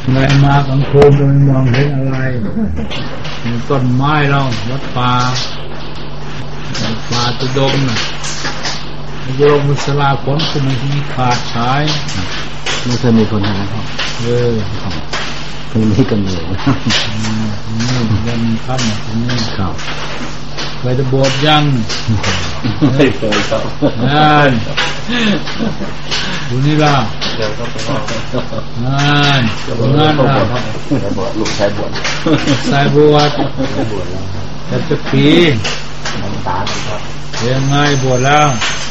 ไงมากลางคืนโดยมองเห็นอะไรต้นไม้เราวัดป่าตุดมน่ะโยมมุสลาฝนคือมันมีขาดสายไม่เคยมีคนทำนะครับเคยมีกันอยู่นี่ยังทำอย่างนี้ครับเคยจะบวชยังไม่เคยครับนั่นดูนี่ล่ะนั่นนั่นล่ะลูกชายบวชชายบวชจะปีน้ำตาครับยังไงบวชแล้ว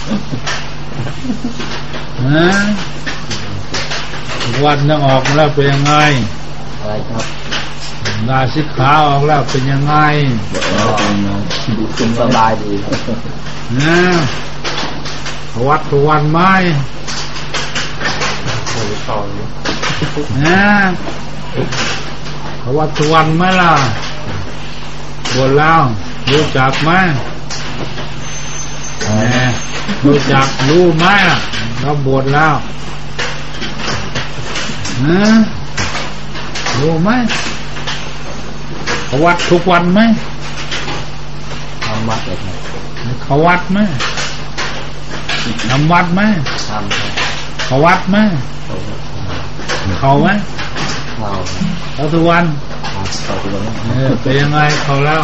วันยังออกมาแล้วเป็นยังไงอะไรครับลาสิกขาออกแล้วเป็นยังไงคุณสบายดีนะวัดทุกวันไหมนะวัดทุกวันไหมล่ะบวชแล้วรู้จักไหมรู้จักรู้ไหมล่ะเราบวชแล้วรู้ไหมเขาวัดทุกวันไหมทำวัดเลยเขาวัดไหมทำวัดไหมทำเขาวัดไหมเขาไหมเขาทุกวันเป็นยังไงเขาแล้ว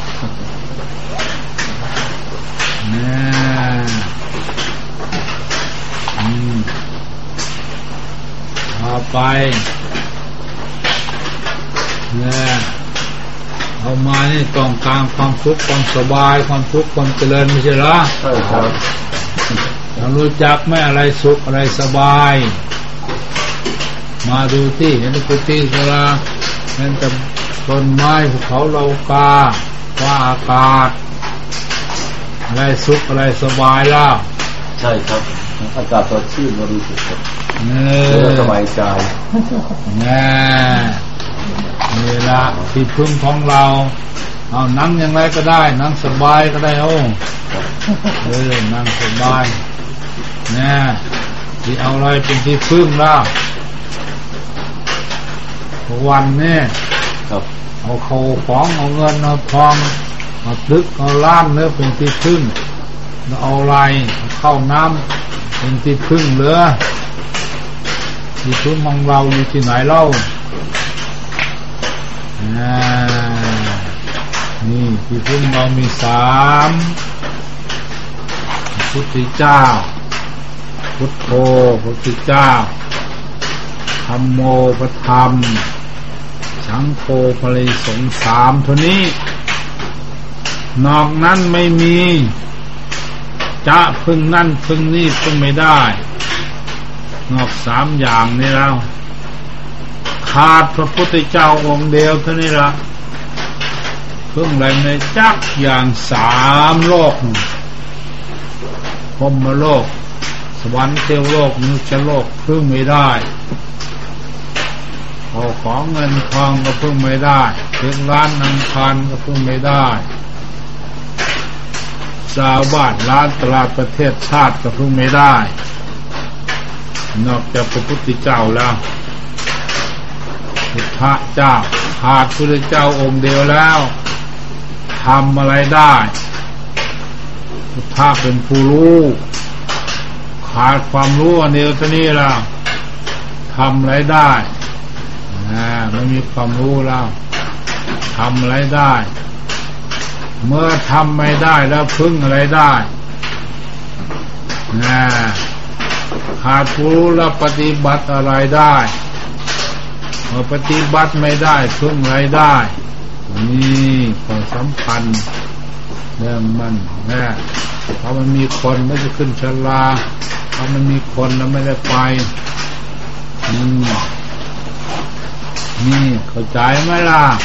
ต่อไปเอามานี่ต้องการความสุขความสบายความสุขความเจริญไม่ใช่หรอใช่ครับเรารู้จักไหมอะไรสุขอะไรสบายมาดูที่เห็นกุฏิศาลาเห็นแต่ต้นไม้ภูเขาเหล่ากาว่าอากาศอะไรสุขอะไรสบายล่ะใช่ครับอากาศสดชื่นบริสุทธิ์สบายใจนี่ละที่พึ่งของเราเอานั่งอย่างไรก็ได้นั่งสบายก็ได้นั่งสบายที่เอาอะไรเป็นที่พึ่งล่ะวันนี้เอาเขาของเอาเงินเอาทองเอาตึกเอาล้านเนี่ยเป็นที่พึ่งเอาอะไรเข้าน้ำเป็นที่พึ่งเหลือที่พึ่งของเราอยู่ที่ไหนเล่านี่ที่พึ่งเรามี3พุทธเจ้าพุทโธพุทธเจ้าธัมโมพระธรรมสังโฆพระสงฆ์3เท่านี้นอกนั้นไม่มีจะพึ่งนั่นพึ่งนี่พึ่งไม่ได้นอก3อย่างนี้แล้วขาดพระพุทธเจ้าองค์เดียวเท่านี้ละพึ่งอะไรในจักอย่าง3โลกพรหมโลกสวรรค์เทวโลกมนุษย์โลกพึ่งไม่ได้เอาของเงินทองก็พึ่งไม่ได้ถึงร้านอังคารก็พึ่งไม่ได้ชาวบ้านร้านตลาดประเทศชาติก็พึ่งไม่ได้นอกจากพระพุทธเจ้าแล้วพุทธเจ้าขาดพระพุทธเจ้าองค์เดียวแล้วทำอะไรได้พุทธะเป็นผู้รู้ขาดความรู้อันเดียวเท่านี้แล้วทำอะไรได้ไม่มีความรู้แล้วทำอะไรได้เมื่อทำไม่ได้แล้วพึ่งอะไรได้ขาดผู้รู้แล้วปฏิบัติอะไรได้เมื่อปฏิบัติไม่ได้พึ่งอะไรได้นี่ความสำคัญเรื่องมันเพราะมันมีคนไม่จะขึ้นชลาเพราะมันมีคนแล้วไม่ได้ไปนี่เข้าใจไหมล่ะ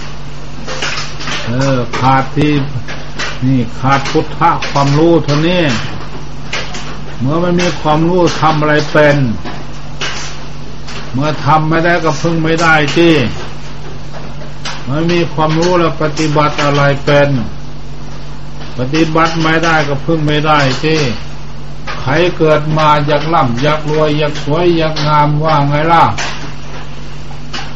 ขาดที่นี่ขาดพุทธะความรู้เท่านี้เมื่อไม่มีความรู้ทำอะไรเป็นเมื่อทำไม่ได้ก็พึ่งไม่ได้ที่ไม่มีความรู้แล้วปฏิบัติอะไรเป็นปฏิบัติไม่ได้ก็พึ่งไม่ได้ที่ใครเกิดมาอยากร่ำอยากรวยอยากสวยอยากงามว่าไงล่ะ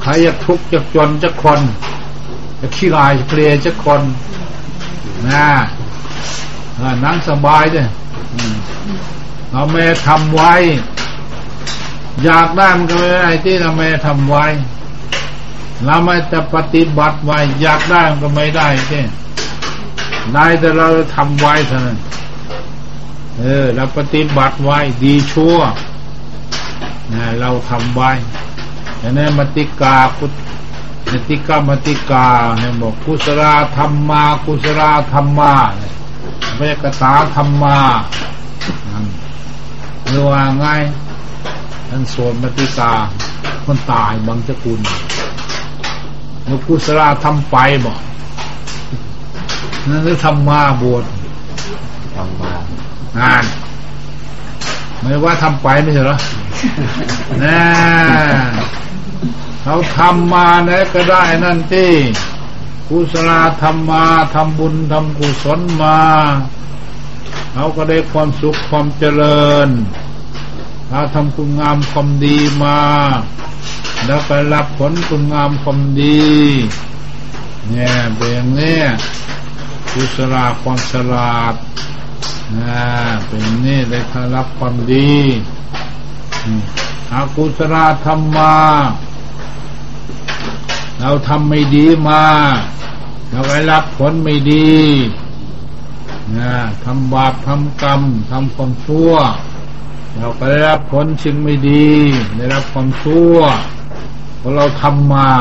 รอยากทุกข์อยากจนจักคนอยากขี้ลายเคลียจักคนนะนั่งสบายด้วยเราไม่ทำไว้อยากได้มันก็ไม่ได้ที่เราไม่ทำไว้เราไม่จะปฏิบัติไว้อยากได้มันก็ไม่ได้ที่ได้แต่เราทำไว้เท่านั้นเราปฏิบัติไว้ดีชั่วเราทำไว้แต่ในมติกาในติกามติกาเนี่ยบอกกุศลธรรมากุศลธรรมาเวกตาธรรมาหรือว่าไงท่านสวดมติกาคนตายบางสกุลแล้วกุศลทำไปบอกนั่นคือธรรมาบวชธรรมาไม่ว่าทำไปไม่ใช่เหรอน่เขาทำมาเนี่ยก็ได้นั่นที่กุศลธรรมมาทำบุญทำกุศลมาเขาก็ได้ความสุขความเจริญเขาทำคุณงามความดีมาแล้วไปรับผลคุณงามความดีเนี่ยเป็นอย่างนี้กุศลความฉลาดเป็นนี่ได้รับความดีอกุศลธรรมมาเราทำไม่ดีมาเราได้รับผลไม่ดีทำบาปทำกรรมทำความชั่วเราก็ได้รับผลสิ่งไม่ดีได้รับความชั่วเพราะเราทำมา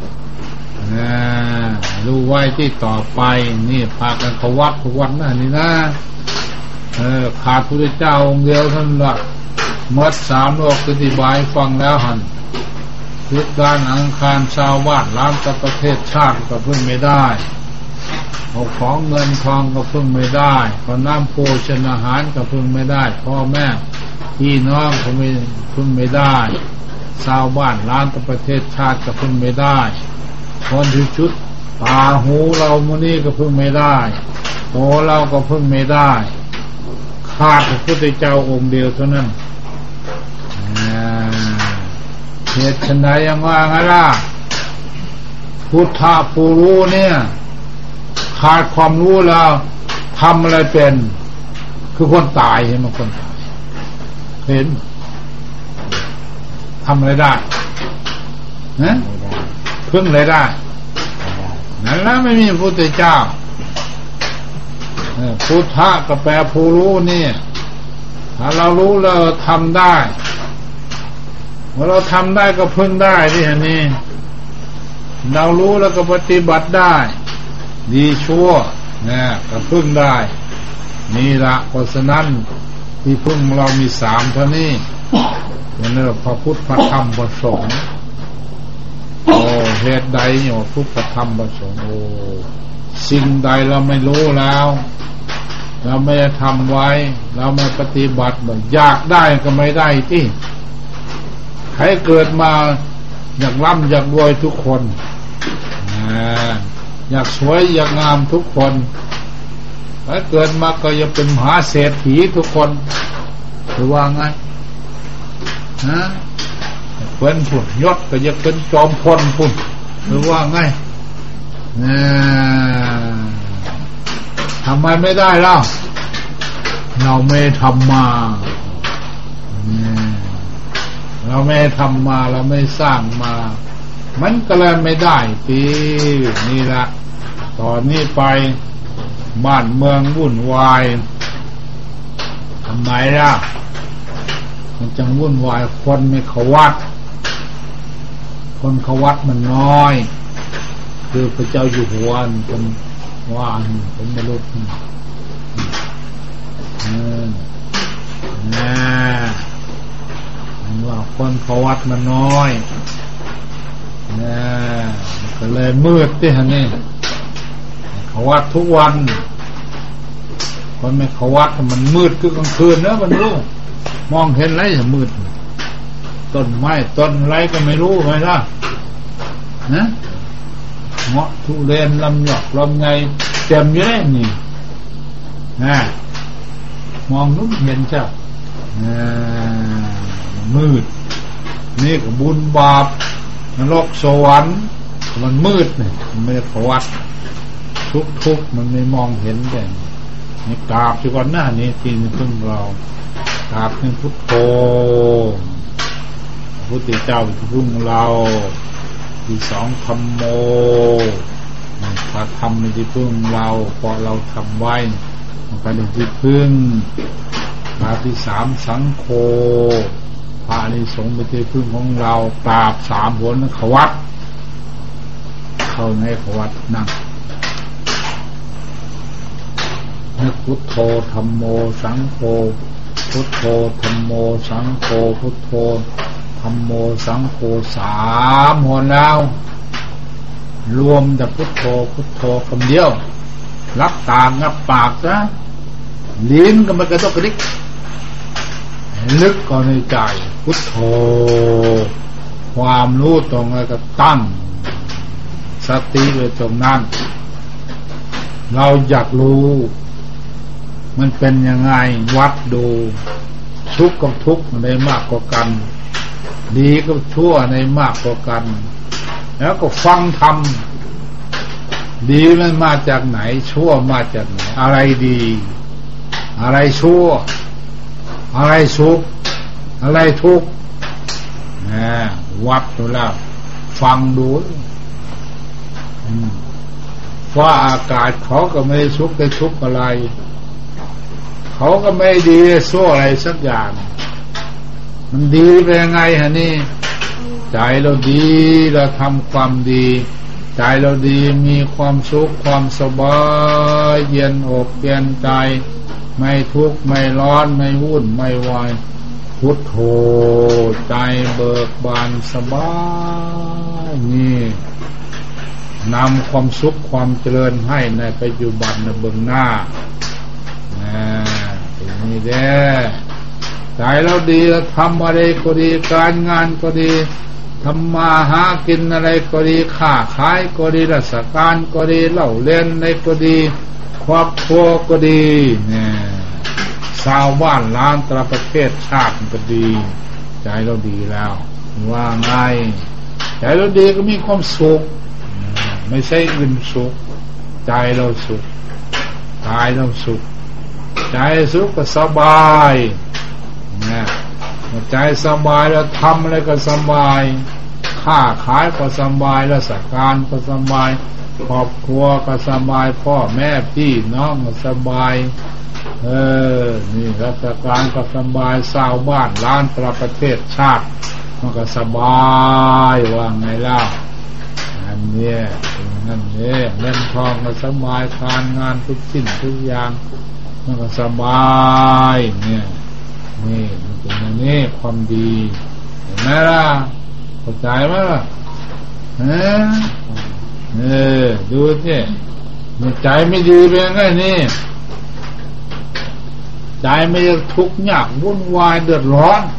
รู้ไว้ที่ต่อไปนี่พากันเขาวัดนะนี่นะขาดพระเจ้าองค์เดียวท่านละเมื่อ3 โลกอธิบายฟังแล้วหันทุกการอังคารชาวบ้านล้านกับประเทศชาติก็พึ่งไม่ได้เอาของเงินทองก็พึ่งไม่ได้ขอน้ำโภชนาอาหารก็พึ่งไม่ได้พ่อแม่พี่น้องก็ไม่พึ่งไม่ได้ชาวบ้านล้านกับประเทศชาติก็พึ่งไม่ได้คนที่ชุดตาหูเรามื้อนี้ก็พึ่งไม่ได้โตเราก็พึ่งไม่ได้ขาดพระพุทธเจ้าองค์เดียวเท่านั้นเหตุไฉนยังว่าไงล่ะพุทธะผู้รู้เนี่ยขาดความรู้แล้วทำอะไรเป็นคือคนตายเห็นไหมคนตายเห็นทำอะไรได้นะพึ่งอะไรได้นั่นแหละไม่มีพระพุทธเจ้าพุทธะก็แปลผู้รู้นี่ถ้าเรารู้เราทำได้เมื่อเราทำได้ก็พึ่งได้ที่อันนี้เรารู้แล้วก็ปฏิบัติได้ดีชั่วก็พึ่งได้นี่ละเพราะฉะนั้นที่พึ่งเรามี3เท่านี้อย่างนี้พระพุทธพระธรรมพระสงฆ์เหตุใดเนี่ยพุทธพระธรรมพระสงฆ์สิ่งใดเราไม่รู้แล้วเราไม่ได้ทำไว้เราไม่ปฏิบัติอยากได้ก็ไม่ได้ที่ใครเกิดมาอยากร่ำอยากรวยทุกคนอยากสวยอยากงามทุกคนใครเกิดมาก็อยากเป็นมหาเศรษฐีทุกคนหรือว่าไงเป็นผู้ยศก็อยากเป็นจอมพลพุ่นหรือว่าไงทำไมไม่ได้เล่าเราไม่ทำมาเราไม่ทำมาเราไม่สร้างมามันก็เลยไม่ได้ทีนี่ละตอนนี้ไปบ้านเมืองวุ่นวายทำไมล่ะมันจังวุ่นวายคนไม่เข้าวัดคนเข้าวัดมันน้อยคือพระเจ้าอยู่หัวคนว่าผมไม่รู้ว่าคนเข้าวัดมันน้อยก็เลยมืดที่ฮะนี่เข้าวัดทุกวันคนไม่เข้าวัดมันมืดคือกลางคืนนะมันรู้มองเห็นอะไรจะมืดต้นไม้ต้นไรก็ไม่รู้ไงล่ะนะเงาะทุเรียนลำหยอกลำไงเต็มอยู่เลยนี่มองนุ่มเห็นจ้ะมืดนี่ก็บุญบาปนรกสวรรค์มันมืดเนี่ยมันไม่ได้ประวัติทุกมันไม่มองเห็นแต่นี่กราบอยู่ก่อนหน้านี้จริงพึ่งเรากราบเป็นพุทโธพระพุทธเจ้าเป็นพึ่งเราที่สองธัมโมพระธรรมเป็นที่พึ่งเราเพราะเราทำไว้มันเป็นที่พึ่งพระที่สามสังโฆพระอานิสงส์เป็นที่พึ่งของเรากราบสามหนขวัตเข้าในขวัตนั่งพุทโธธัมโมสังโฆพุทโธธัมโมสังโฆพุทโธธัมโมสังโฆสามหนแล้วรวมแต่พุทโธพุทโธคำเดียวรับตางับปากนะลิ้นก็มันกระตุกกระดิกลึกก็ในใจพุทโธความรู้ตรงนั้นก็ตั้งสติไว้ตรงนั้นเราอยากรู้มันเป็นยังไงวัดดูสุขกับทุกข์ในมากกว่ากันดีกับชั่วในมากกว่ากันแล้วก็ฟังธรรมดีมันมาจากไหนชั่วมาจากไหนอะไรดีอะไรชั่วอะไรสุขอะไรทุกข์วัดดูแล้วฟังดูว่าอากาศเขาก็ไม่สุขไม่ทุกข์อะไรเขาก็ไม่ดีชั่วอะไรสักอย่างมันดีเป็นยังไงฮะนี่ใจเราดีเราทำความดีใจเราดีมีความสุขความสบายเย็นอกเย็นใจไม่ทุกข์ไม่ร้อนไม่วุ่นไม่วายพุทโธใจเบิกบานสบายนี่นำความสุขความเจริญให้ในปัจจุบันในเบื้องหน้านี่แหละใจเราดีเราทำอะไรก็ดีการงานก็ดีทำมาหากินอะไรก็ดีค้าขายก็ดีราชการก็ดีเล่าเล่นในก็ดีครอบครัวก็ดีเนี่ยชาวบ้านล้านตระประเทศชาติก็ดีใจเราดีแล้วว่าไงใจเราดีก็มีความสุขไม่ใช่อื่นสุขใจเราสุขกายเราสุขใจสุขก็สบายนะใจสบายแล้วทำอะไรก็สบายค้าขายก็สบายราชการก็สบายครอบครัวก็สบายพ่อแม่พี่น้องก็สบายนี่ราชการก็สบายชาวบ้านล้านประเทศชาติมันก็สบายว่าไงล่ะอันนี้นั่นเนี่ยเงินทองก็สบายการงานทุกสิ่งทุกอย่างมันก็สบายเนี่ยนี่มันเป็นอย่างนี้ความดีเห็นไหมล่ะเข้าใจไหมล่ะดูสิมันใจไม่ดีเป็นไงนี่ใจไม่ทุกข์ยากวุ่นวายเดือดร้อน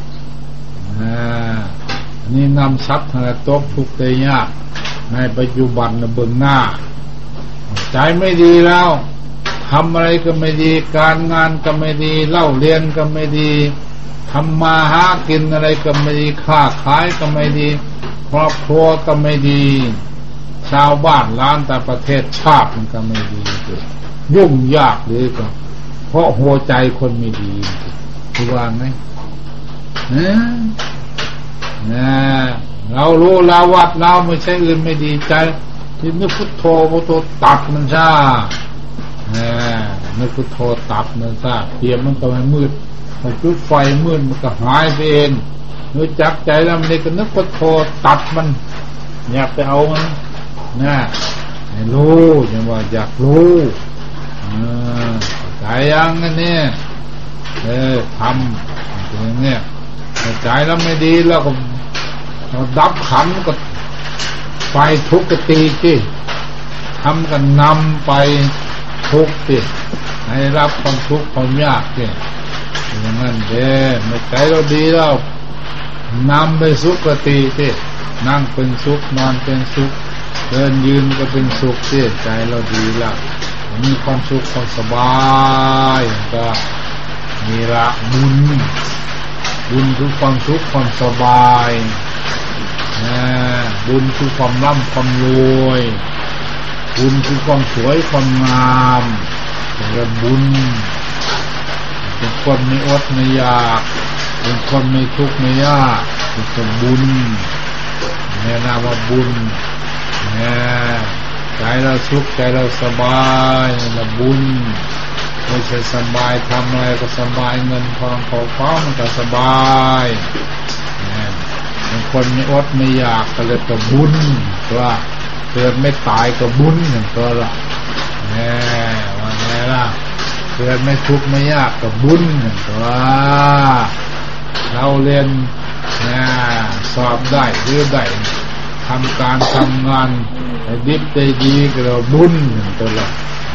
นี่นำทรัพย์ทางตกทุกข์ได้ยากในปัจจุบันในเบื้องหน้าใจไม่ดีแล้วทำอะไรก็ไม่ดีการงานก็ไม่ดีเล่าเรียนก็ไม่ดีทำมาหากินอะไรก็ไม่ดีค้าขายก็ไม่ดีครอบครัวก็ไม่ดีชาวบ้านล้านแต่ประเทศชาติมันก็ไม่ดียุ่งยากเลยก็เพราะหัวใจคนไม่ดีคือว่าไงเรารู้เราวัดเราไม่ใช่อื่นไม่ดีใจที่นึกพุทโธพุทโธตัดมันซะนึกพุทโธตัดมันซะเตรียมมันก็ไม่มืดพอจุดไฟมืดมันก็หายไปเองนึกจักใจแล้วมันก็นึกพุทโธตัดมันอยากไปเอามันให้รู้อย่างว่าอยากรู้ใจยังนั่นเนี่ยทำอย่างเนี้ยใจแล้วไม่ดีแล้วก็เราดับขันก็ไปทุกข์ตีที่ทำกันนำไปทุกข์ที่ให้รับความทุกข์ความยากที่อย่างนั้นเด้ไม่ใจเราดีแล้วนำไปสุขติที่นั่งเป็นสุขนอนเป็นสุขเดินยืนก็เป็นสุขที่ใจเราดีแล้วมีความสุขความสบายก็มีละบุญคือความสุขความสบายบุญคือความร่ำความรวยบุญคือความสวยความงามเป็นบุญเป็นคนไม่อดไม่อยากเป็นคนไม่ทุกข์ไม่ยากเป็นบุญเนี่ยนามว่าบุญเนี่ยใจเราสุขใจเราสบายนี่บุญไม่ใช่สบายทำอะไรก็สบายเงินทองเขามันก็สบายเนี่ยเป็นคนไม่อดไม่อยากก็เลยตัวบุญตัวเกิดไม่ตายก็บุญอย่างตัวละเนี่ยว่าไงล่ะเกิดไม่ทุกข์ไม่ยากก็บุญอย่างตัวเราเรียนสอบได้หรือได้ทำการทำงานได้ดีได้ดีก็เราบุญอย่างตัวละ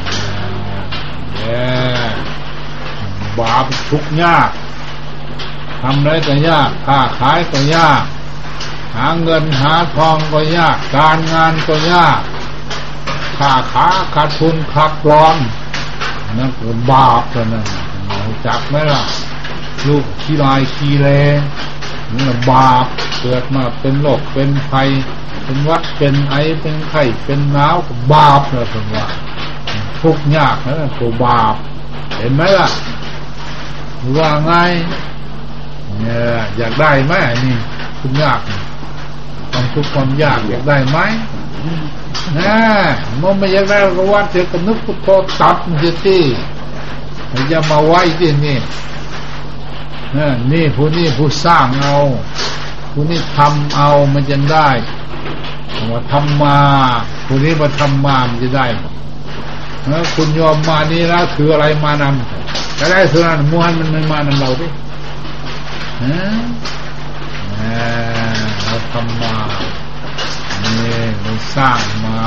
บาปทุกข์ยากทำอะไรก็ยากค้าขายก็ยากหาเงินหาทองก็ยากการงานก็ยากค้าขาดทุนขาดรอนนั่นคือบาปตัวนั้นจักไหมล่ะลูกขี้ลายขี้เลนี่แหละบาปเกิดมาเป็นโรคเป็นภัยเป็นวัดเป็นไอเป็นไข้เป็นหนาวก็บาปเลยผมว่าทุกข์ยากนะตัวบาปเห็นไหมล่ะว่าไงเนี่ยอยากได้ไหมนี่ทุกข์ยากความทุกข์ความยากอยากได้ไหมนะมันไม่อยากได้ก็วัดเถอะก็นึกพุทโธตัดมันจะที่อย่ามาไว้ที่นี่นี่ผู้สร้างเอาผู้นี้ทำเอามันจะได้ว่าทำมาผู้นี้มาทำมามันจะได้คุณยอมมานี่แล้วถืออะไรมานำก็ได้ส่วนนั้นม้วนมันมานำเราดิเราทำมานี่เราสร้างมา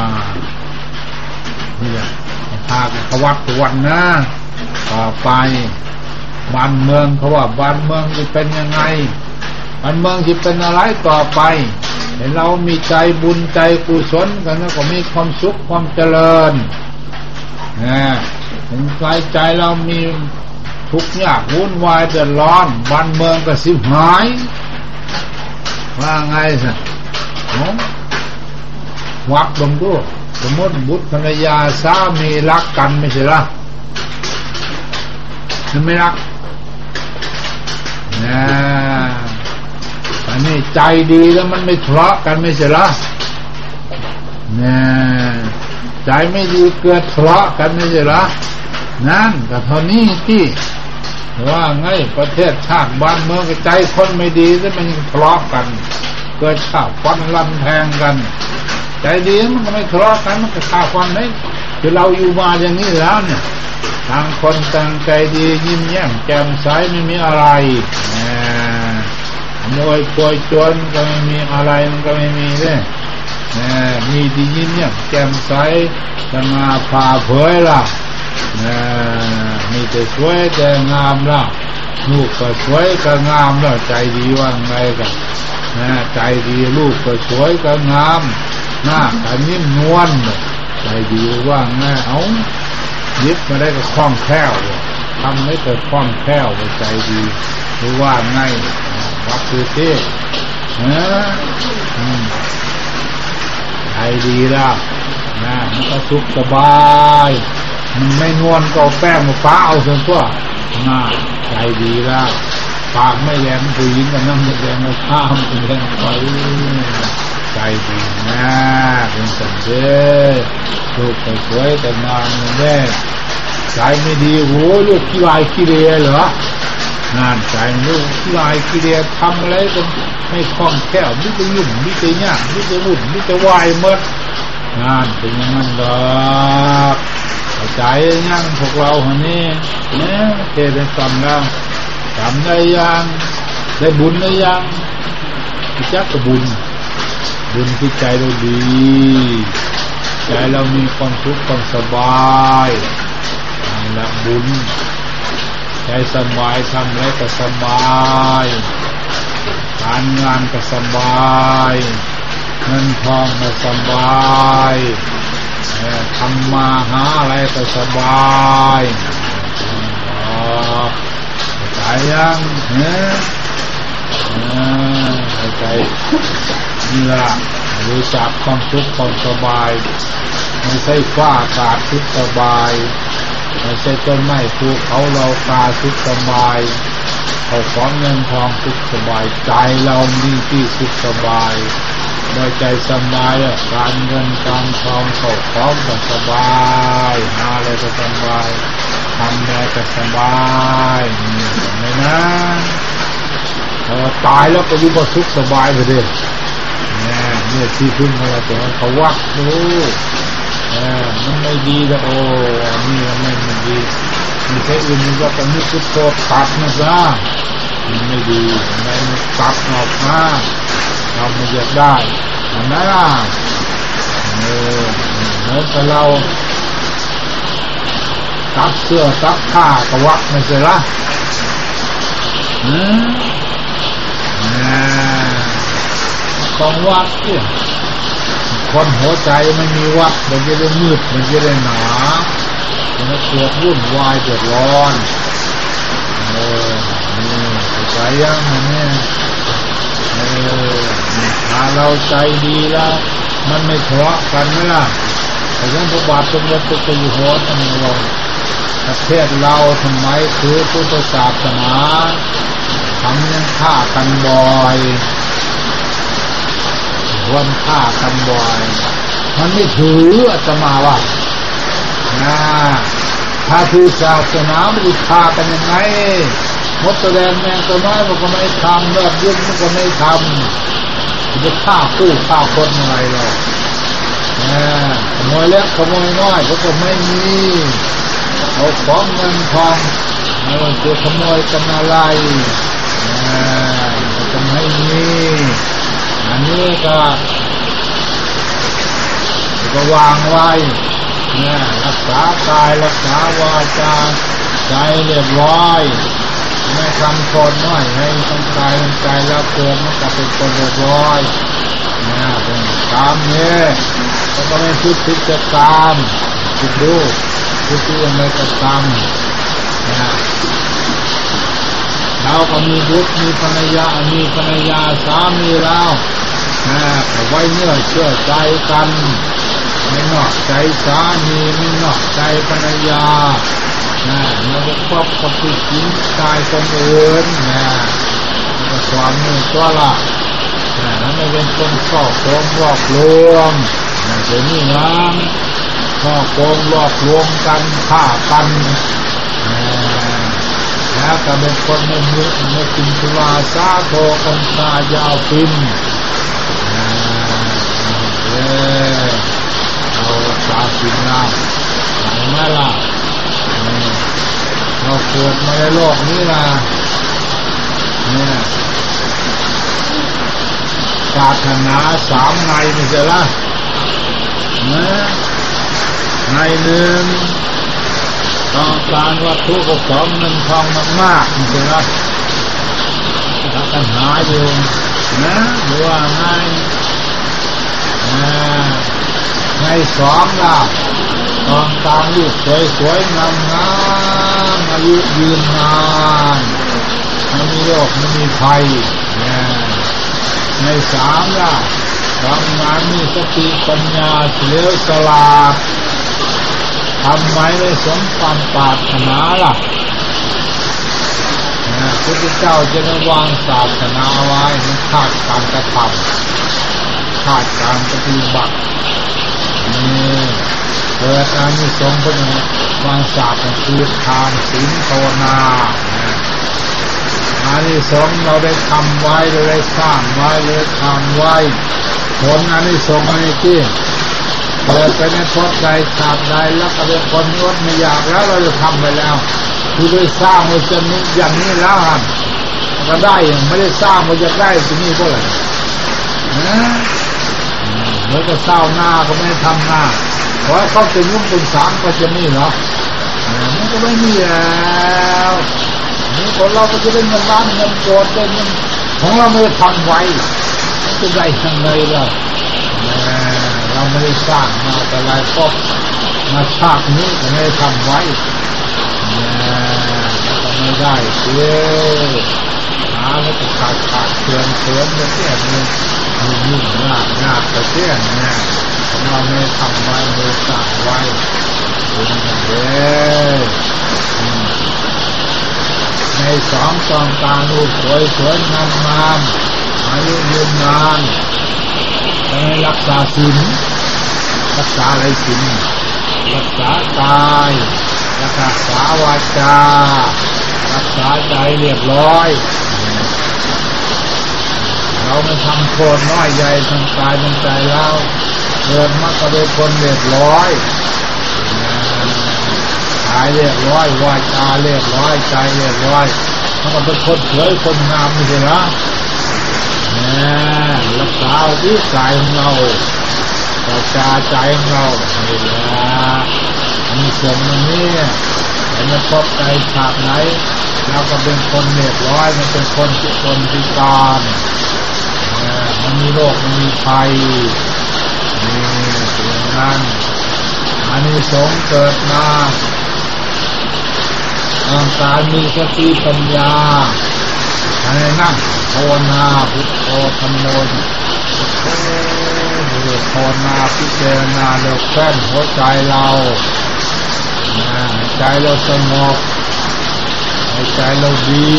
เนี่ยพากันวัดทุกวันนะต่อไปบ้านเมืองเขาว่าบ้านเมืองจะเป็นยังไงบ้านเมืองจะเป็นอะไรต่อไปเห็นเรามีใจบุญใจกุศลกันแล้วก็มีความสุขความเจริญเห็นใจเรามีทุกข์ยากวุ่นวายเดือดร้อนบ้านเมืองก็สิหายว่าไงสิวัดลงด้วยสมมติบุตรภรรยาสามีรักกันไม่ใช่หรอมันไม่รักอันนี้ใจดีแล้วมันไม่ทะเลาะกันไม่ใช่หรอใจไม่ดีเกิดทะเลาะกันไม่ใช่หรอนั่นก็เท่านี้ที่ว่าไงประเทศชาติบ้านเมืองใจคนไม่ดีแล้วมันทะเลาะกันเกิดข่าวฟันลำแทงกันใจดีมันก็ไม่ทะเลาะกันมันก็ข่าวฟันได้คือเราอยู่มาอย่างนี้แล้วเนี่ยทางคนต่างใจดียิ้มแย้มแจ่มใสไม่มีอะไรโมยป่วยจนก็ไม่มีอะไรมันก็ไม่มีเลยมีที่ยิ้มแย้มแจ่มใสสง่าผ่าเผยล่ะมีแต่สวยแต่งามล่ะลูกก็สวยก็งามแล้วใจดีว่าไงกันใจดีลูกก็สวยก็งามหน้าก็นิ่มนวลใจดีว่าไงเอายึดมาได้ก็คล่องแคล่วทำให้เกิดคล่องแคล่วใจดีหรือว่าไงวัดคือที่ใจดีแล้วมันก็สุขสบายมันไม่นวลก็แป้งมาฟ้าเอาส่วนตัวใจดีแล้วปากไม่แหลมผู้หญิงกับน้ำแดงมาข้ามเป็นแรงไฟใจดีนะเป็นสันเดชลูกก็สวยแต่งามแน่ใจไม่ดีโหลูกขี้ลายขี้เลียเหรองานใจลูกขี้ลายขี้เลียทำอะไรก็ไม่คล่องแคล่วมิจะยุ่งมิจะยากมิจะวุ่นมิจะวายหมดงานเป็นอย่างนั้นหรอกใจยังพวกเราคนนี้เทศน์ฟังแล้วทำได้ยังได้บุญได้ยังจักกบุญที่ใจเราดีใจเรามีความสุขความสบายนั่นแหละบุญใจสบายทำอะไรก็สบายการงานก็สบายเงินทองก็สบายทำมาหาอะไรก็สบายใจยังใจนี่ละรู้จักความทุกข์ความสบายไม่ใช่ฟ้าอากาศทุกข์สบายไม่ใช่ต้นไม้ภูเขาเรากาทุกข์สบายเขาของเงินทองทุกข์สบายใจเรามีที่สุขสบายโดยใจสบายการเงินการทองเขาของก็สบายหาอะไรก็สบายทำอะไรก็สบายนี่เห็นไหมนะตายแล้วก็อยู่กับสุขสบายไปเลยเนี่ยที่พึ่งของเราตัวเขาวัดดูมันไม่ดีแล้วโอ้นี่มันดีมีใช้อื่นก็ต้องมีสุดโต่งตัดนะจ๊ะมันไม่ดีอะไรมันตัดออกมาเราไม่อยากได้เห็นไหมล่ะเหมือนกับเราตัดเสื้อตัดผ้ากวักไม่ใช่ละต้องวัดเนี่ยคนหัวใจไม่มีวัดมันจะได้มืดมันจะได้หนามันจะเกิดวุ่นวายเดือดร้อนนี่ใจยังเนี่ยถ้าเราใจดีแล้วมันไม่ทะเลาะกันไหมล่ะแต่ยังพระบาทสมเด็จพระเจ้าอยู่หัวท่านเราประเทศเราทำไมคือพุทธศาสนาทำยังฆ่ากันบ่อยวันฆ่ากันบ่อยมันไม่ถืออาตมาว่าถ้าถือศาสนามันจะฆ่ากันยังไงมดตัวแดงแมงตัวน้อยมันก็ไม่ทำเลือดยุ่งมันก็ไม่ทำจะฆ่าคู่ฆ่าคนอะไรหรอกขโมยเล็กขโมยน้อยก็ไม่มีเอาของเงินทองจะขโมยกันอะไรก็ไม่มีอันนี้ก็วางไว้รักษากายรักษาวาจาใจเรียบร้อยไม่ทำคนน้อยให้ทั้งกายทั้งใจแล้วเกิดมันก็เป็นคนเรียบร้อยเป็นตามนี้ก็ไม่คิดจะตามคิดดูคิดอะไรก็ตามเราก็มีบุตรมีภรรยาสามีแล้วไว้เนื้อเชื่อใจกันไม่นอกใจสามีไม่นอกใจภรรยาเราก็ครอบกับผู้หญิงชายคนอื่นก็ความมือตัวละแล้วไม่เป็นคนช่อโกงหลอกลวงเดี๋ยวนี้นะช่อโกงหลอกลวงกันฆ่ากันแล้วก็เป็นคนไม่กินสุราสาโทกันตายาวปินเอาสาสินน้ำไหนมาล่ะเราเกิดมาในโลกนี้นะศาสนาสามในไม่ใช่ละในหนึ่งต้องการวัตถุประสงค์เงินทองมากๆไม่ใช่ละถ้าปัญหาอยู่หรือว่าในสองล่ะต้องการลูกสวยๆงามๆอายุยืนนานไม่มีโรคไม่มีภัยในสามล่ะทำงานมีสติปัญญาเฉลียวฉลาดทำไมไม่สมความปรารถนาล่ะพระพุทธเจ้าจะได้วางศาสนาไว้มันขาดการกระทำขาดการปฏิบัติเกิดอานิสงส์เป็นวางศาสนาคือทานศีลภาวนาอานิสงส์เราได้ทำไว้เราได้สร้างไว้เราได้ทำไว้ผลอานิสงส์อะไรที่เกิดไปในภพใดชาติใดแล้วก็เป็นคนอดไม่อยากแล้วเราจะทำไปแล้วคือได้สร้างไว้จนอย่างนี้แล้วก็ได้อย่างไม่ได้สร้างมันจะได้ที่นี่ก็เลยแล้วก็เศร้าหน้าก็ไม่ทำหน้าเพราะเขาเป็นยุ่งเป็นสามก็จะนี่เหรอมันก็ไม่มีแล้วนี่คนเราก็จะได้เงินล้านเงินโกดได้เงินของเราไม่ได้ทำไว้จะได้ยังไงล่ะเราไม่ได้สร้างมาแต่หลายก็มาชาตินี้ก็ไม่ได้ทำไว้ก็ไม่ได้เสียหาแล้วก็ขาดเตือนไม่แค่นี้ยุ่งยากนะนาคเที่ยงเนี่ยเราไม่ทำไว้ไม่สร้างไว้คุณเด้ในสองต้องการรูปสวยๆงามๆอายุยืนนานจะให้รักษาศีลรักษาอะไรศีลรักษากายรักษาวาจารักษาใจเรียบร้อยเราไม่ทำโทษน้อยใหญ่ทางกายทางใจเราเกิดมาก็เป็นคนเรียบร้อยกายเรียบร้อยวาจาเรียบร้อยใจเรียบร้อยมันก็เป็นคนสวยคนงามไม่ใช่หรอรักษาที่กายของเราวาจาใจของเรานี่แหละมีส่วนนี้แต่ไม่พบใจฉากไหนเราก็เป็นคนเรียบร้อยมันเป็นคนพิการมันมีโรคมันมีภัยนี่อย่างนั้นอานิสงส์เกิดมาการมีสติปัญญาให้นั่งภาวนาพุทโธธัมโมภาวนาพิจารณาเลือกแป้นหัวใจเราใจเราสงบใจเราดี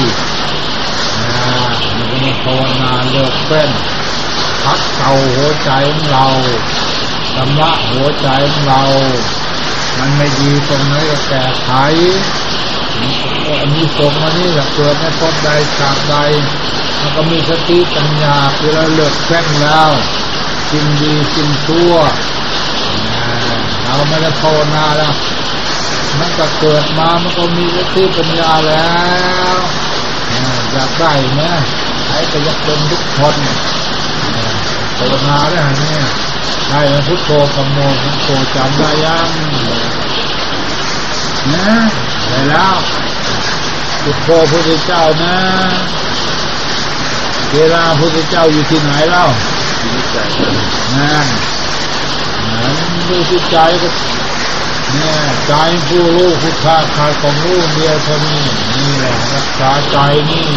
มันก็ภาวนาเลือกแป้นพักเก่าหัวใจของเราธรรมะหัวใจของเรามันไม่ดีตรงไหนก็แก้ไขมีสงมานี่แหละเกิดให้พบใดจากใดมันก็มีสติปัญญาคือเราเลือกแป้นแล้วสิ่งดีสิ่งชั่วเราไม่ได้ภาวนาแล้วมันก็เกิดมามันก็มีสติปัญญาแล้วอยากได้ไหมใครก็อยากเป็นทุกคนภาวนาได้ไหมได้แล้วพุทโธธัมโมสังโฆจำได้ยังนะได้แล้วพุทโธพุทธเจ้านะเวลาพุทธเจ้าอยู่ที่ไหนเล่าอยู่ที่ใจนั่นดูที่ใจก็เนี่ยใจผู้รู้พุทธะขาดของรู้เดียวเท่านี้นี่แหละรักษาใจนี่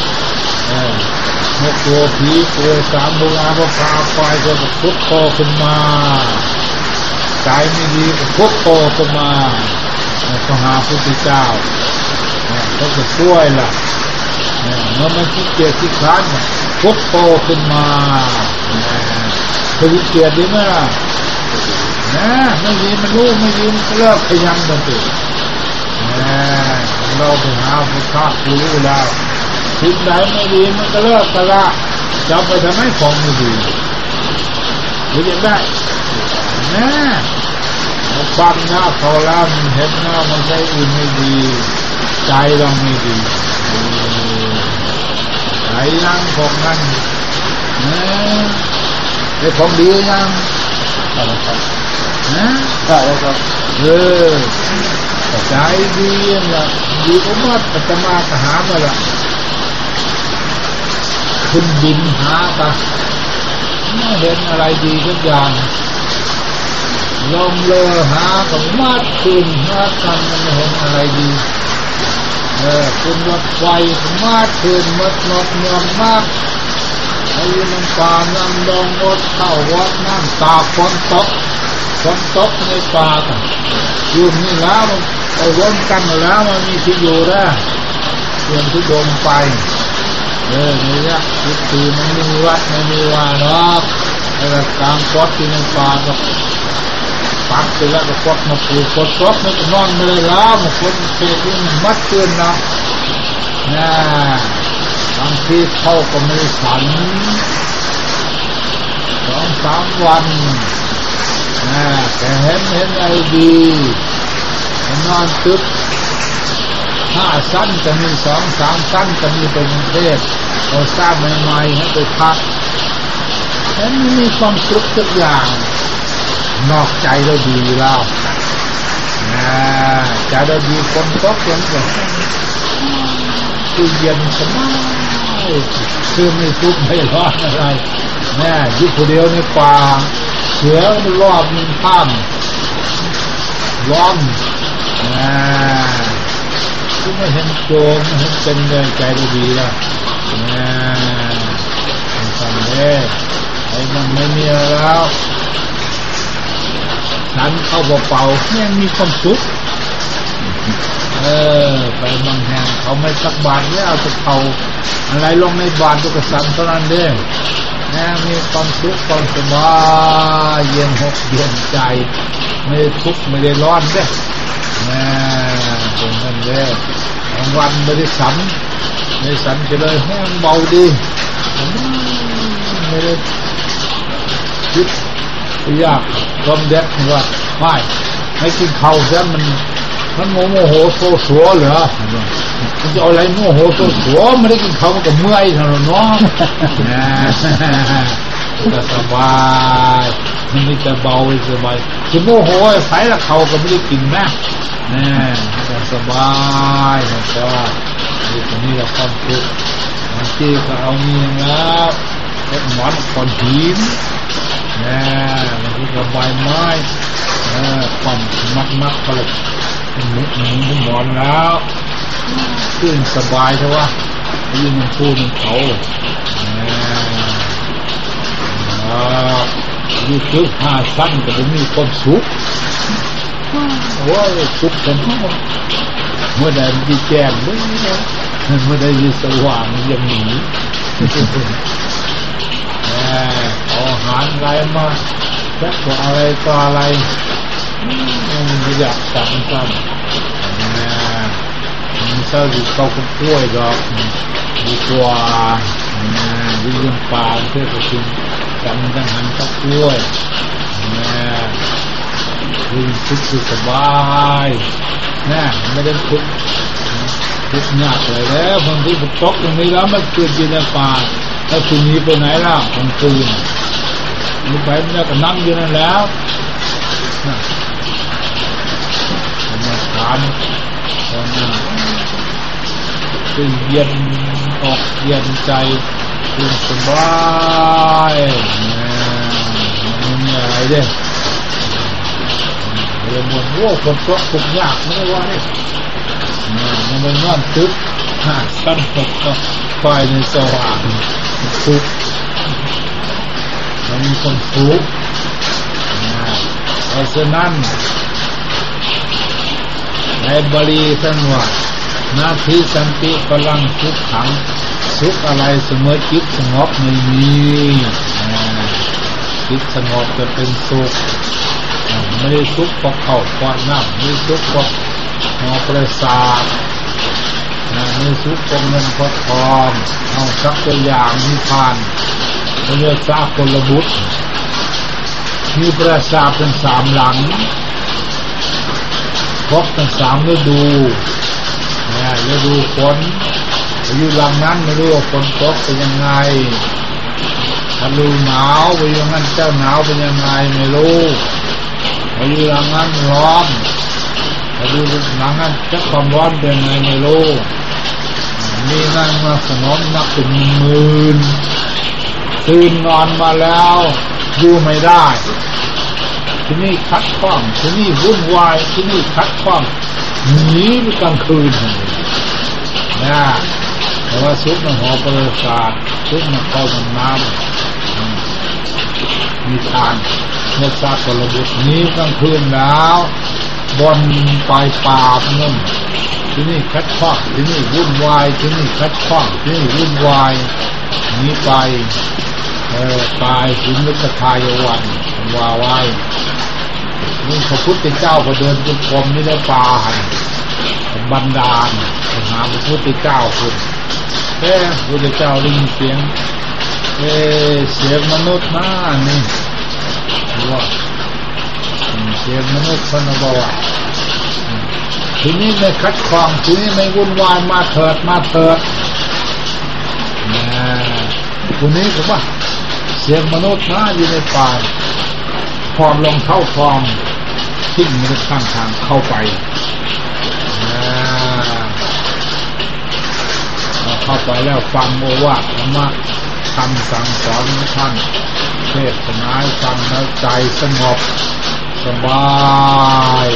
นกตัวผีตัวสามโบราณก็พาไปก็พุทโธขึ้นมาใจไม่ดีก็พุทโธขึ้นมาก็หาพุทธเจ้าเขาจะช่วยล่ะเมื่อมันขี้เกียจขี้คร้านพุทโธขึ้นมาขี้เกียจดีไหมล่ะไม่ดีมันรู้ไม่ดีมันเลิกพยายามกันสิเราไปหาพุทธะรู้แล้วสิ่งใดไม่ดีมันก็เลิกกันละจะไปทำให้ของไม่ดีหรือยังได้ฟังหน้าเขาแล้วเห็นหน้ามันใจอื่นไม่ดีใจเราไม่ดีใจยังของนั้นได้ของดียังได้แล้วครับใจดีนะดีก็มัดปัจมาตหาไปละขึ้นบินหาตาไม่เห็นอะไรดีทุกอย่างลงเลอหาก็มัดขึ้นหากันมันไม่เห็นอะไรดีคุณรถไฟมัดขึ้นมัดนกเมืองมากไอ้น้ำป่าน้ำดองรถเข้าวัดน้ำตาฝนตกในป่ากันอยู่นี่แล้วไปวนกันแล้วมันมีที่อยู่ได้เรื่องที่โดนไปนี่แหละทุกมันไม่มีวัดไม่มีว่าหรอกแต่กลางกอดที่ในป่าก็ปักไปแล้วก็กดมาปูกดซบไม่ก็นอนไม่ได้แล้วมันคนเสียที่มัดเตือนนะบางทีเข้าก็ไม่ฝัน2-3 วันแต่เห็นอะไรดีนอนตึ๊บ5 สั้นจะมี2-3 สั้นจะมีเป็นกรุงเทพเราสร้างใหม่ๆให้ไปพักเห็นมีความสุขทุกอย่างนอกใจเราดีแล้วใจเราดีคนตกยังแบบคือเย็นสบายคือไม่ทุกข์ไม่ร้อนอะไรอยู่คนเดียวในป่าเสือมันรอบมันข้ามร้อนที่ไม่เห็นโจรไม่เห็นเป็นเลยใจเราดีแล้วทำได้ไอ้มันไม่มีแล้วฉันเข้าเป่าๆยังมีความสุขไปบางแห่งเขาไม่สักบาทเนี่ยเอาจะเขาอะไรลงในบาทก็สั่นเท่านั้นเด้แม่มีความสุขความสบายเย็นหกเย็นใจไม่ได้ทุกข์ไม่ได้ร้อนเด้แม่ตรงนั้นเด้บางวันไม่ได้สันจะเลยแห้งเบาดีไม่ได้คิดยากลมแดดว่าไม่กินข้าวแล้วมันโมโหโซสัวเหรอมันจะเอาอะไรโมโหโซสัวไม่ได้กินข้าวมันก็เมื่อยเท่านั้นเนาะก็สบายมันไม่จะเบาสบายจะโมโหใส่ละเขาก็ไม่ได้กินนะก็สบายก็ตรงนี้เราความสุขบางทีก็เอาเงี้ยแล้วก็หมอนก่อนหินบางทีก็ใบไม้ความมัดก็เลยหมอนแล้วขึ้นสบายใช่ปะยืนมันพูดมันเขาอยู่ซึกหาสั้นก็จะมีความสุขว่าสุขกันทั้งหมดเมื่อใดมีแจ้งเมื่อใดมีสว่างยังหนีเอาอาหารอะไรมาแค่ตัวอะไรต่ออะไรไม่อยากจับมันซ้ำมันเศร้าดีเขาก็กล้วยดอกดีกว่าดีเรื่องป่าเพื่อจะกินจำกันหันกับกล้วยคือสุขสบายไม่ได้ทุกข์ยากเลยแล้วบางทีผมตกตรงนี้แล้วมันเกิดอยู่ในป่าแล้วทีนี้ไปไหนล่ะของคืนมีไปมันก็นั่งอยู่นั่นแล้วธรรมชาติตอนนั้นคือเย็นออกเย็นใจคือสบายไม่มีอะไรเด้เรื่องบนโว้คนตกทุกข์ยากไม่ได้ว่าเนี่ยมันเป็นนอนตึ๊บสั้นตกก็ไฟในสว่างสุขมันมีความสุขเพราะฉะนั้นในบาลีท่านว่านาทีสันติพลังสุขขังสุขอะไรเสมอจิตสงบไม่มีจิตสงบจะเป็นสุขไม่ได้สุขเพราะเข้าเพราะน้ำไม่ได้สุขเพราะประสาทไม่สุขเพราะเงินเพราะทองเอาสักตัวอย่างนิพพานเรียกสากลบุตรมีปราสาทเป็น3 หลังครบทั้ง3 ฤดูฤดูฝนอยู่หลังนั้นไม่รู้ว่าฝนตกเป็นยังไงฤดูหนาวไปอยู่งั้นเจ้าหนาวเป็นยังไงไม่รู้อยู่หลังนั้นร้อนฤดูหลังนั้นเจ้าความร้อนเป็นยังไงไม่รู้มีนั่งมาสนมนับเป็นหมื่นตื่นนอนมาแล้วอยู่ไม่ได้ที่นี่คัดข้องที่นี่วุ่นวายที่นี่คัดข้องหนีไปกลางคืนแต่ว่าซุปมันหอประสาทซุปมันเข้ามันน้ำมีทานเมื่อซากกระบุตรนี้กลางคืนแล้วบนปลายป่านั่นที่นี่คัดข้องที่นี่วุ่นวายที่นี่คัดข้องที่นี่วุ่นวายหนีไปตายถึงลึกทายวันว่าไว้นี่พระพุทธเจ้าก็เดินจงกรมนี่ได้ป่าหันบันดาลหาพระพุทธเจ้าคุณพระพุทธเจ้าได้ยินเสียงเสียงมนุษย์มานี่ว่าเสียงมนุษย์คนบอกว่าทีนี้ไม่คัดครองทีนี้ไม่วุ่นวายมาเถิดคนนี้ก็ว่าเสียงมนุษย์มาอยู่ในป่าพร้อมลงเข้าคลองทิ้งมนุษย์ข้างทางเข้าไปเข้าไปแล้วฟังโอวาทธรรมะคำสั่งสอนของท่านเทศนาฟังแล้วใจสงบสบาย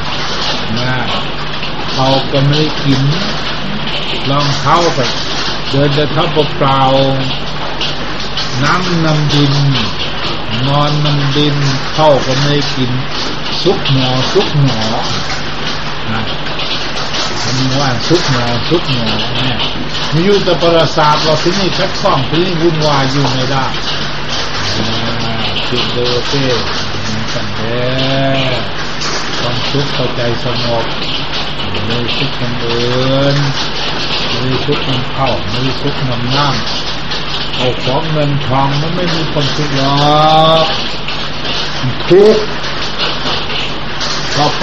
เขาก็ไม่ได้กินลองเข้าไปเดินจะเท้าเปล่าน้ำดินนอนน้ำดินเข้าก็ไม่กินซุกหนอนะคำว่าซุกหนอเนี่ยมีอยู่แต่ประสาทเราที่นี่แพ็คข้องที่นี่วุ่นวายอยู่ไม่ได้จิตโดเต้กันแท้ความสุขเข้าใจสงบไม่สุขคนอื่นไม่สุขมันเข้าไม่สุขมันนั่งเอาของเงินทองมันไม่มีความสุขหรอกทุกข์ก็ไป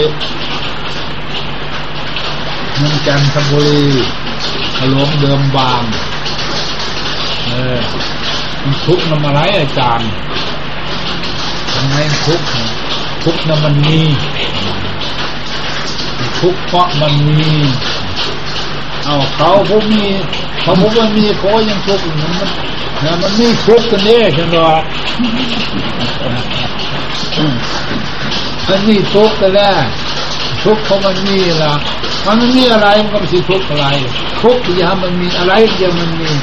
เมืองจันทบุรีขลงเดิมบางมันทุกข์นำอะไรอาจารย์ทำไมทุกข์นำมันมีทุกข์เพราะมันมีเอาเขาพวกมีเขาพวกมันมีเขายังทุกข์มันมีทุกข์กันเนี่ยใช่ไหมมันมีทุกข์กันแล้วทุกข์เพราะมันมีล่ะมันไม่มีอะไรมันก็ไม่ใช่ทุกข์อะไรทุกข์อย่ามันมีอะไรอย่ามันมี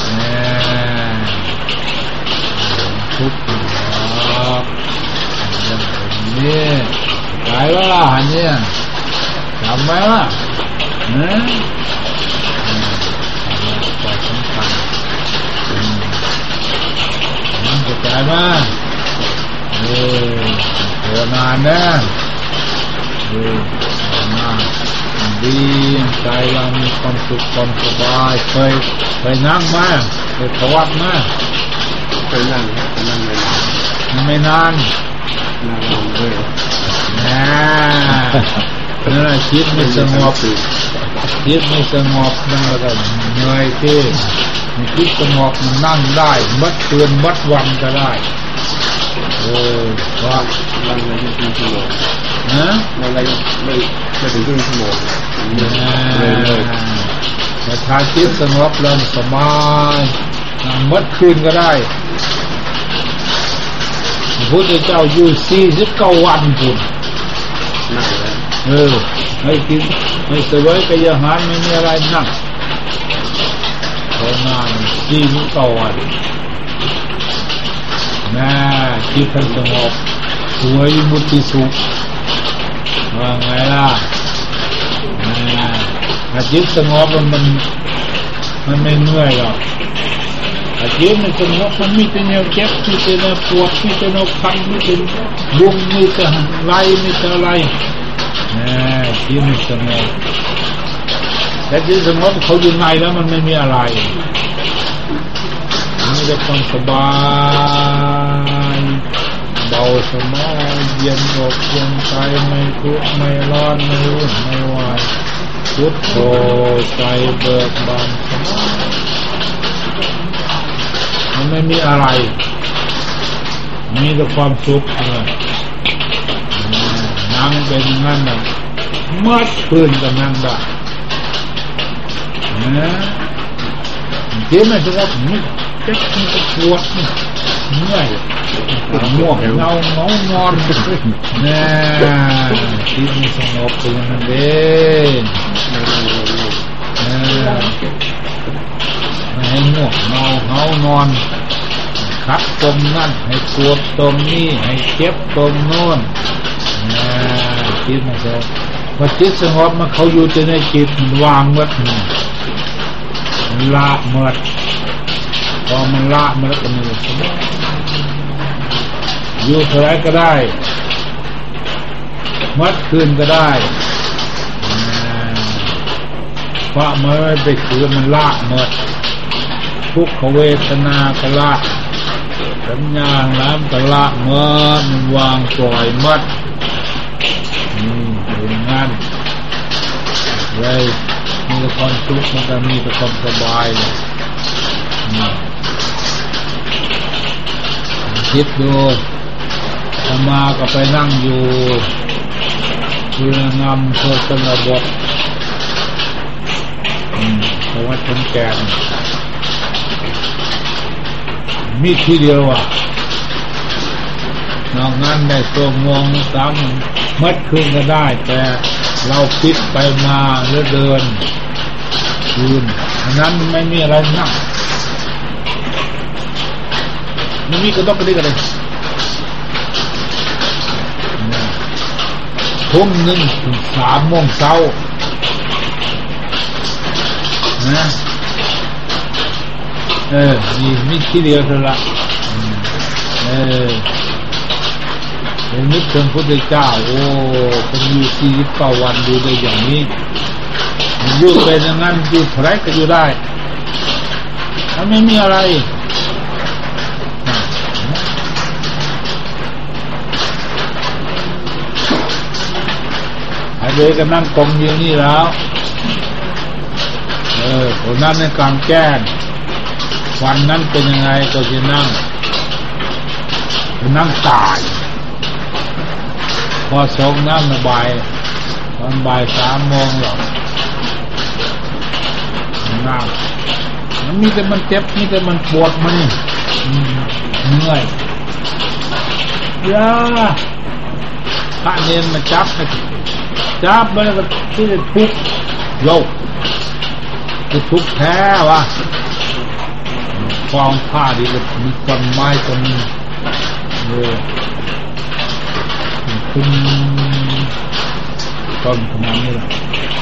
ทุกข์นี่ตายแล้วล่ะเนี่ยจำไว้ว่าความสำคัญมันจะตายมาโหนานนะนานดีใจเรามีความสุขความสบายเคยนั่งมาเคยถวัดมาเคยนั่งไม่นานเลยนั่นแหละคิดไม่สงบนั่นแหละเหนื่อยที่คิดสงบมันนั่งได้มัดคืนมัดวันก็ได้ว่านั่งได้ครึ่งชั่วโมงนั่งได้ไม่ถึงครึ่งชั่วโมงแต่ถ้าคิดสงบแล้วสบายนั่งมัดคืนก็ได้พระพุทธเจ้าอยู่49 วันคุณให้กินให้เสวยกายอาหารไม่มีอะไรนั่งภาวนาน49 วันแม่คิดให้สงบสวยมุติสุขว่าไงล่ะถ้าจิตสงบมันไม่เหนื่อยหรอกถ้าจิตมันสงบมันมีแต่แนวเจ็บมีแต่แนวปวดมีแต่แนวคันมีแต่บุ้งมีแต่ไรมีแต่อะไรจิตมันสงบแต่จิตสงบเขาอยู่ในแล้วมันไม่มีอะไรมีแต่ความสบายเบาสบายเย็นอกเย็นใจไม่ทุกข์ไม่ร้อนไม่วุ่นไม่วายพุทโธใจเบิกบานสบายมันไม่มีอะไรมีแต่ความสุขนั่งเป็นงั้นน่ะเมื่อคืนก็นั่งได้เจ็บไหมทุกคนเจ็บมันก็ปวดเมื่อยง่วงเงานอนเนี่ยที่มันสงบตัวมันเองให้ง่วงเงานอนคัดตรงนั่นให้ปวดตรงนี้ให้เจ็บตรงโน้นจิตมันสงบพอจิตสงบมันเขาอยู่ในจิตมันวางวัดมันละเมิดพอมันละมันแล้วก็มีสงบอยู่เท่าไรก็ได้มัดคืนก็ได้เพราะเมื่อไปคืนมันละเมิดทุกขเวทนาก็ละสัญญาล้ำก็ละเมิดมันวางปล่อยมัดอย่างนั้นเลยมีแต่ความสุขมันก็มีแต่ความสบายเลยคิดดูธรรมาก็ไปนั่งอยู่เรืองำเพื่อสนบทเพราะว่าชนแก่มีทีเดียวนอกนั้นได้ตัวงวงซ้ำมัดคืนก็ได้แต่เราคิดไปมาหรือเดินคืนอันนั้นไม่มีอะไรนั่งมันมีกระดกกระดิกอะไรทุ่มหนึ่งถึง3 โมงเช้านะมีที่เดียวเท่านั้นนึกถึงพระพุทธเจ้าโอ้เป็นอยู่49 วันดูได้อย่างนี้อยู่เป็นอย่างนั้นอยู่เท่าไรก็อยู่ได้มันไม่มีอะไรไอ้เด็กก็นั่งกลมอยู่นี่แล้วคนนั้นในกลางแจ้งวันนั้นเป็นยังไงก็จะนั่งตายพอส่งน้ำบ่ายตอนบ่าย3 โมงหรอกน้ำมันมีแต่มันเจ็บมีแต่มันปวดมันนี่เหนื่อยยาพระเนรมาจับมันก็ที่จะทุกโยกจะทุกแท้วะกองผ้าดีเลยมีต้นไม้ต้นนึงขึ้นต้นขนาดนี้แหละ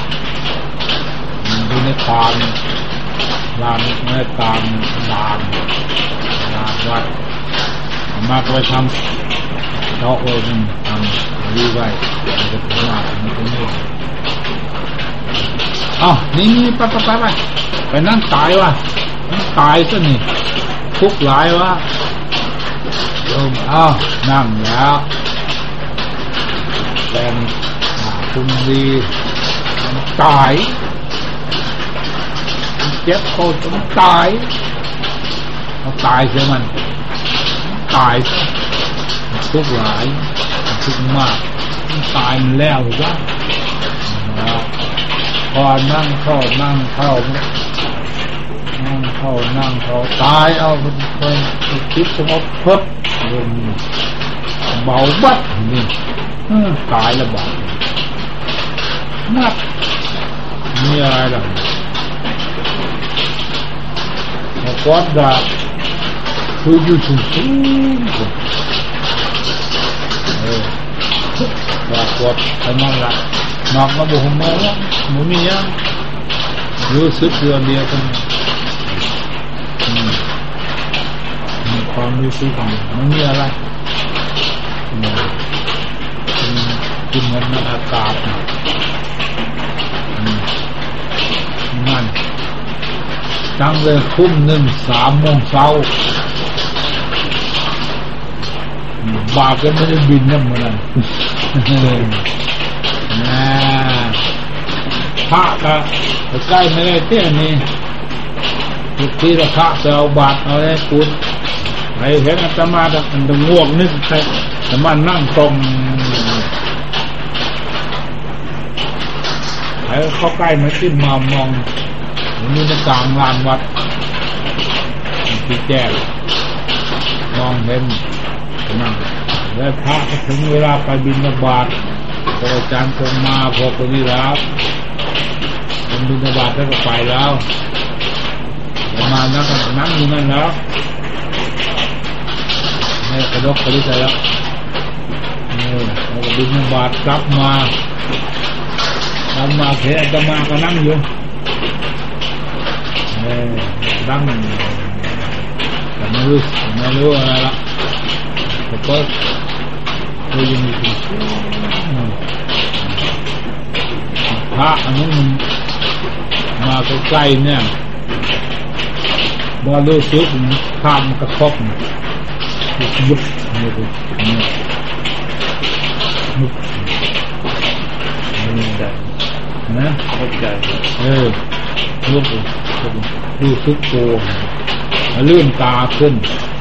ดูในตามลานในตามลานวัดมากไปทำเราทำรีไว้จะถึงว่ามันเป็นนี่นี่ไปนั่งตายวะตายซะนี่ทุกข์หลายวะนั่งแล้วแต่คุณดีตายเจ็บโคตรตายเอาตายเสียมันตายทุกข์หลายทุกข์มากตายมันแล้วหรือว่าพอนั่งเข้าตายเอาคนคิดสงบเพิ่มเบาบัดนี่ตายแล้วบัดนักมีอะไรล่ะกอดดาคืออยู่สูงกอดไปนั่งละนอกมาบุกมาแล้วหมูมียังรู้สึกเดียวกันมีความรู้สึกของมันมีอะไรกินมันอากาศนั่นจังเลยทุ่มหนึ่ง3 โมงเช้าบาปก็ไม่ได้บินนั่นเหมือนกันพระก็ใกล้ไม่ได้เตี้ยนี่ทุกทีละพระจะเอาบาตรเอาอะไรพูดไอ้เห็นอาตมามันจะง่วงนึกใครแต่มันนั่งตรงไอ้เขาใกล้มาขึ้นมามองนี่ในกลางลานวัดที่แจ้งมองเห็นนั่งแล้วพระถึงเวลาไปบิณฑบาตพระอาจารย์คงมาพอคนนี้แล้วบิณฑบาตแล้วก็ไปแล้วมาแล้วก็นั่งอยู่นั่นแล้วให้กระดกกระดิกแล้วแล้วก็บิณฑบาตกลับมาเถอะอาตมาก็นั่งอยู่นั่งแต่ไม่รู้อะไรละแต่ก็ยังมีพระอันนี้มันมาใกล้ๆเนี่ยบอลลูซิฟข้ามกระทบยุบนี่คือยุบนี่ได้นะเข้าใจยุบดูซุกโกเลื่อนตาขึ้น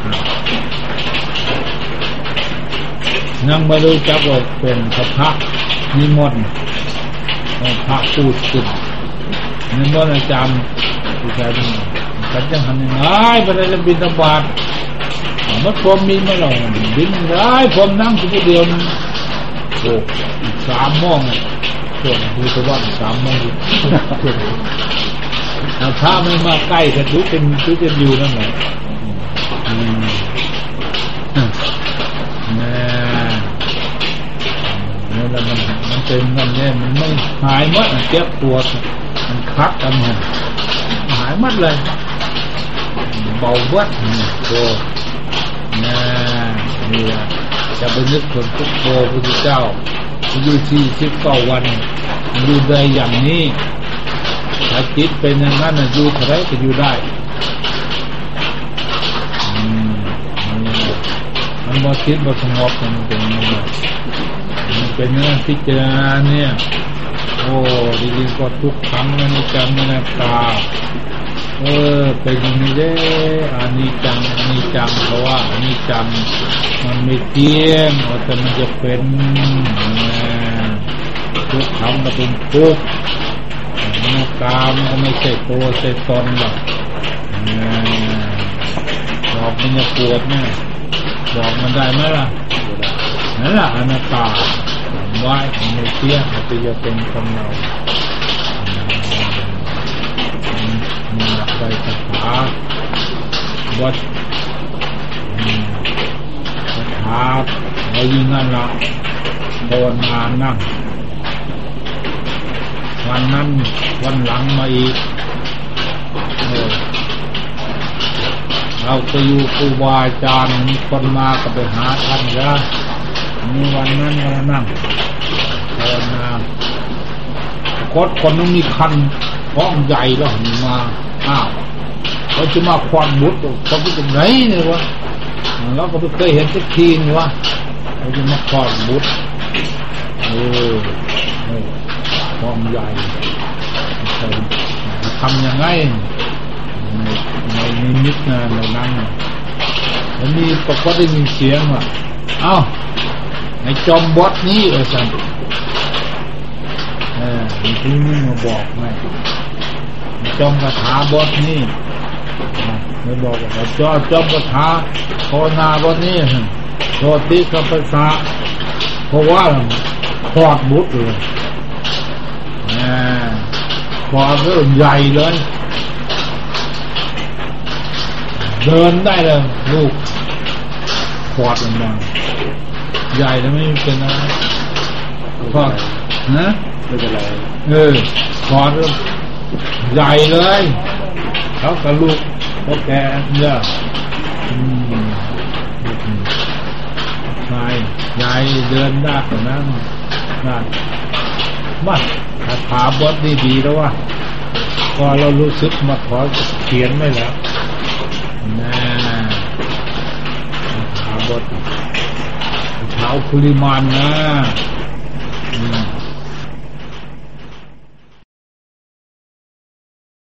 นั่งมาดูจับว่าเป็นพระนิมนต์พระพูดขึ้นนิมนต์อาจารย์ผู้ชายเป็นกันจังหันยังไงไปได้บิณฑบาตมันพรมมีไม่หรอกบินได้พรมนั่งคนเดียวนะโอ้3 โมงส่วนดูสวัสดิ์3 โมงถ้าไม่มาใกล้กันดูเป็นอยู่นั่นแหละมันไม่หายหมดเจ็บปวดมันคัดกันหายหมดเลยเบาเบิดโตนี่แหละจะไปนึกถึงพุทโธพุทธเจ้าอยู่49 วันอยู่ได้อย่างนี้ถ้าจิตเป็นอย่างนั้นอยู่เท่าไรก็อยู่ได้มันบ่คิดบ่สงบมันเป็นเรื่องพิจารณาเนี่ยโอ้ดีๆก็ทุกครั้งในจำในตาเป็นอย่างนี้เด้อานิจจังเพราะว่าอานิจจังมันไม่เที่ยงแต่มันจะเป็นทุกครั้งมันเป็นทุกข์อนัตตามันก็ไม่ใช่ตัวใช่ตนหรอกบอกมันจะปวดเนี่ยบอกมันได้ไหมล่ะนั่นแหละอนัตตาไว้ไม่เที่ยงมันจะเป็นของเรามีหลักใจคาถาวัดคาถาเรายิ่งนั่นละภาวนานั่งวันนั้นวันหลังมาอีกเราไปอยู่ครูบาอาจารย์มีคนมาก็ไปหาท่านนะมีวันนั้นวันนั่งภาวนาคนนั้นมีคันท้องใหญ่แล้วมีมาเขาจะมาควันบุตรเขาไปตรงไหนเนี่ยวะเราก็ไม่เคยเห็นสักทีนี่วะเขาจะมาควันบุตรท้องใหญ่ทำยังไงในนิดนะในนั้นแล้วนี่ปรากฏได้ยินเสียงว่าในจอมบดนี้สันมีที่นี่มาบอกไงจอมคาถาบดนี้ไม่บอกว่าจอมคาถาภาวนาบดนี้โทติสัพพสะเพราะว่าคลอดบุตรเลยคลอดเริ่มใหญ่เลยเดินได้เลยลูกคลอดลงมาใหญ่แล้วไม่เป็นอะไรคลอดนะไม่เป็นไรคลอดใหญ่เลยเขากับลูกเขาแก่เนี่ยใช่ใหญ่เดินได้ขนาดนั้นมาคาถาบทดีแล้วว่าพอเรารู้สึกมาถอยเขียนไม่แล้วคาถาบทเท้าคุลิมานนะ